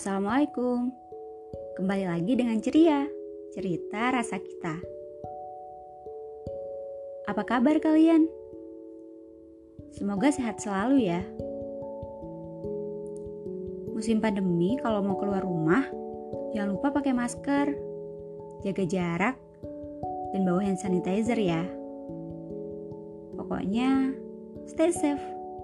Assalamualaikum. Kembali lagi dengan Ceria, cerita rasa kita. Apa kabar kalian? Semoga sehat selalu ya. Musim pandemi, kalau mau keluar rumah, jangan lupa pakai masker, jaga jarak, dan bawa hand sanitizer ya. Pokoknya, stay safe.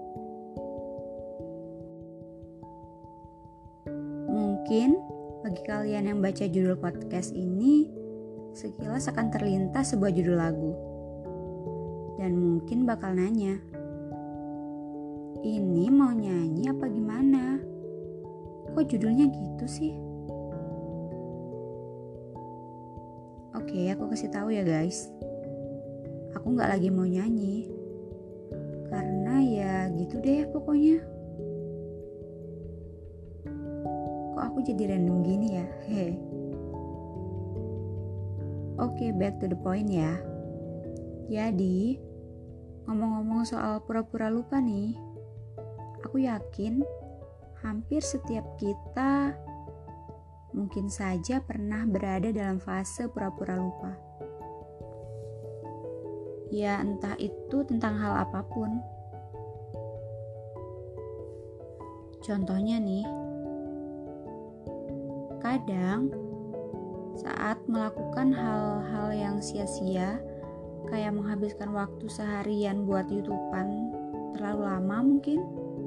Mungkin bagi kalian yang baca judul podcast ini, sekilas akan terlintas sebuah judul lagu. Dan mungkin bakal nanya, ini mau nyanyi apa gimana? Kok judulnya gitu sih? Oke, aku kasih tahu ya guys. Aku gak lagi mau nyanyi. Karena ya gitu deh pokoknya. Aku jadi random gini ya. Oke, back to the point ya. Jadi, ngomong-ngomong soal pura-pura lupa nih, aku yakin hampir setiap kita mungkin saja pernah berada dalam fase pura-pura lupa. Ya, entah itu tentang hal apapun. Contohnya nih, kadang saat melakukan hal-hal yang sia-sia, kayak menghabiskan waktu seharian buat YouTubean terlalu lama mungkin,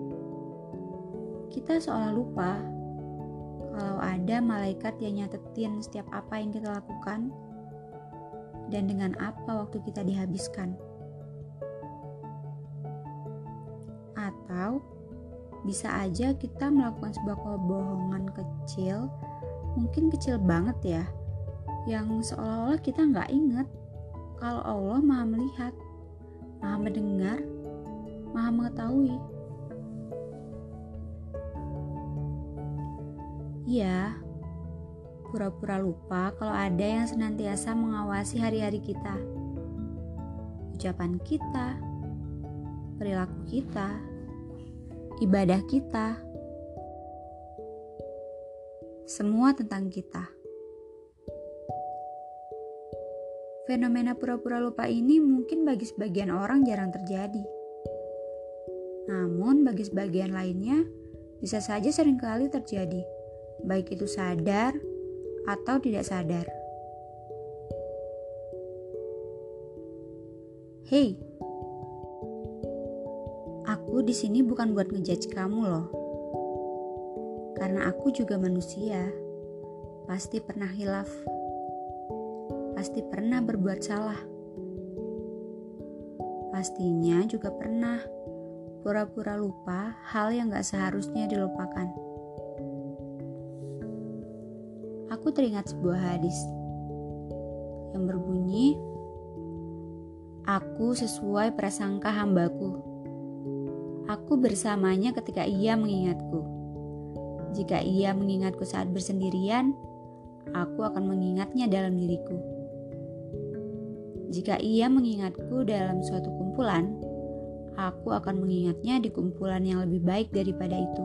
kita seolah lupa kalau ada malaikat yang nyatetin setiap apa yang kita lakukan dan dengan apa waktu kita dihabiskan. Atau bisa aja kita melakukan sebuah kebohongan kecil, mungkin kecil banget ya, yang seolah-olah kita gak ingat kalau Allah Maha melihat, Maha mendengar, Maha mengetahui. Iya, pura-pura lupa kalau ada yang senantiasa mengawasi hari-hari kita, ucapan kita, perilaku kita, ibadah kita, semua tentang kita. Fenomena pura-pura lupa ini mungkin bagi sebagian orang jarang terjadi. Namun bagi sebagian lainnya bisa saja seringkali terjadi, baik itu sadar atau tidak sadar. Hey, aku di sini bukan buat ngejudge kamu loh. Karena aku juga manusia, pasti pernah hilaf, pasti pernah berbuat salah. Pastinya juga pernah pura-pura lupa hal yang gak seharusnya dilupakan. Aku teringat sebuah hadis yang berbunyi, aku sesuai prasangka hambaku. Aku bersamanya ketika ia mengingatku. Jika ia mengingatku saat bersendirian, aku akan mengingatnya dalam diriku. Jika ia mengingatku dalam suatu kumpulan, aku akan mengingatnya di kumpulan yang lebih baik daripada itu.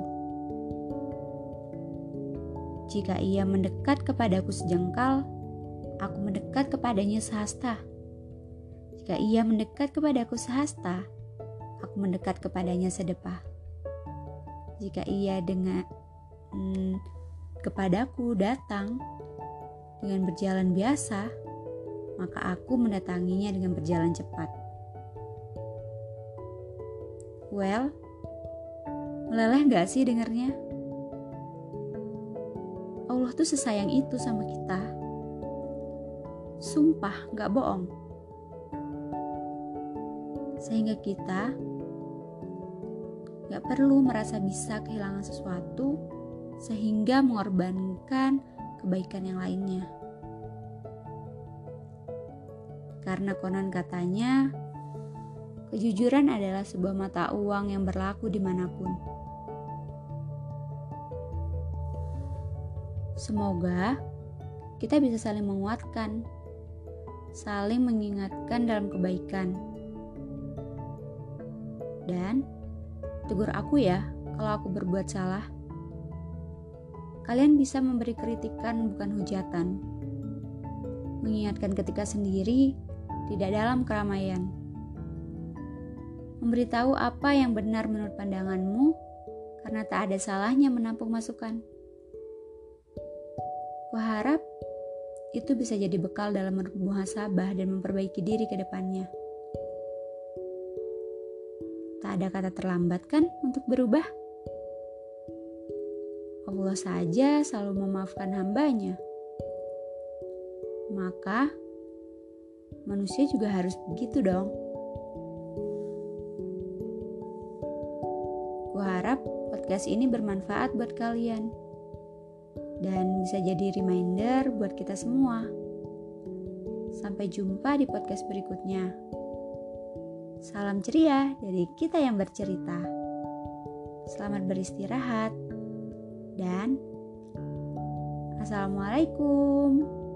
Jika ia mendekat kepadaku sejengkal, aku mendekat kepadanya sehasta. Jika ia mendekat kepadaku sehasta, aku mendekat kepadanya sedepah. Jika ia kepadaku datang dengan berjalan biasa, maka aku mendatanginya dengan berjalan cepat. Well, meleleh gak sih dengarnya? Allah tuh sesayang itu sama kita. Sumpah, gak bohong. Sehingga kita gak perlu merasa bisa kehilangan sesuatu sehingga mengorbankan kebaikan yang lainnya. Karena konon katanya, kejujuran adalah sebuah mata uang yang berlaku dimanapun. Semoga kita bisa saling menguatkan, saling mengingatkan dalam kebaikan. Dan tegur aku ya kalau aku berbuat salah. kalian bisa memberi kritikan bukan hujatan. Mengingatkan ketika sendiri, tidak dalam keramaian. Memberitahu apa yang benar menurut pandanganmu, karena tak ada salahnya menampung masukan. Kuharap itu bisa jadi bekal dalam bermuhasabah dan memperbaiki diri ke depannya. Tak ada kata terlambat kan untuk berubah? Allah saja selalu memaafkan hambanya. Maka manusia juga harus begitu dong. Kuharap podcast ini bermanfaat buat kalian dan bisa jadi reminder buat kita semua. Sampai jumpa di podcast berikutnya. Salam ceria dari kita yang bercerita. Selamat beristirahat dan assalamualaikum.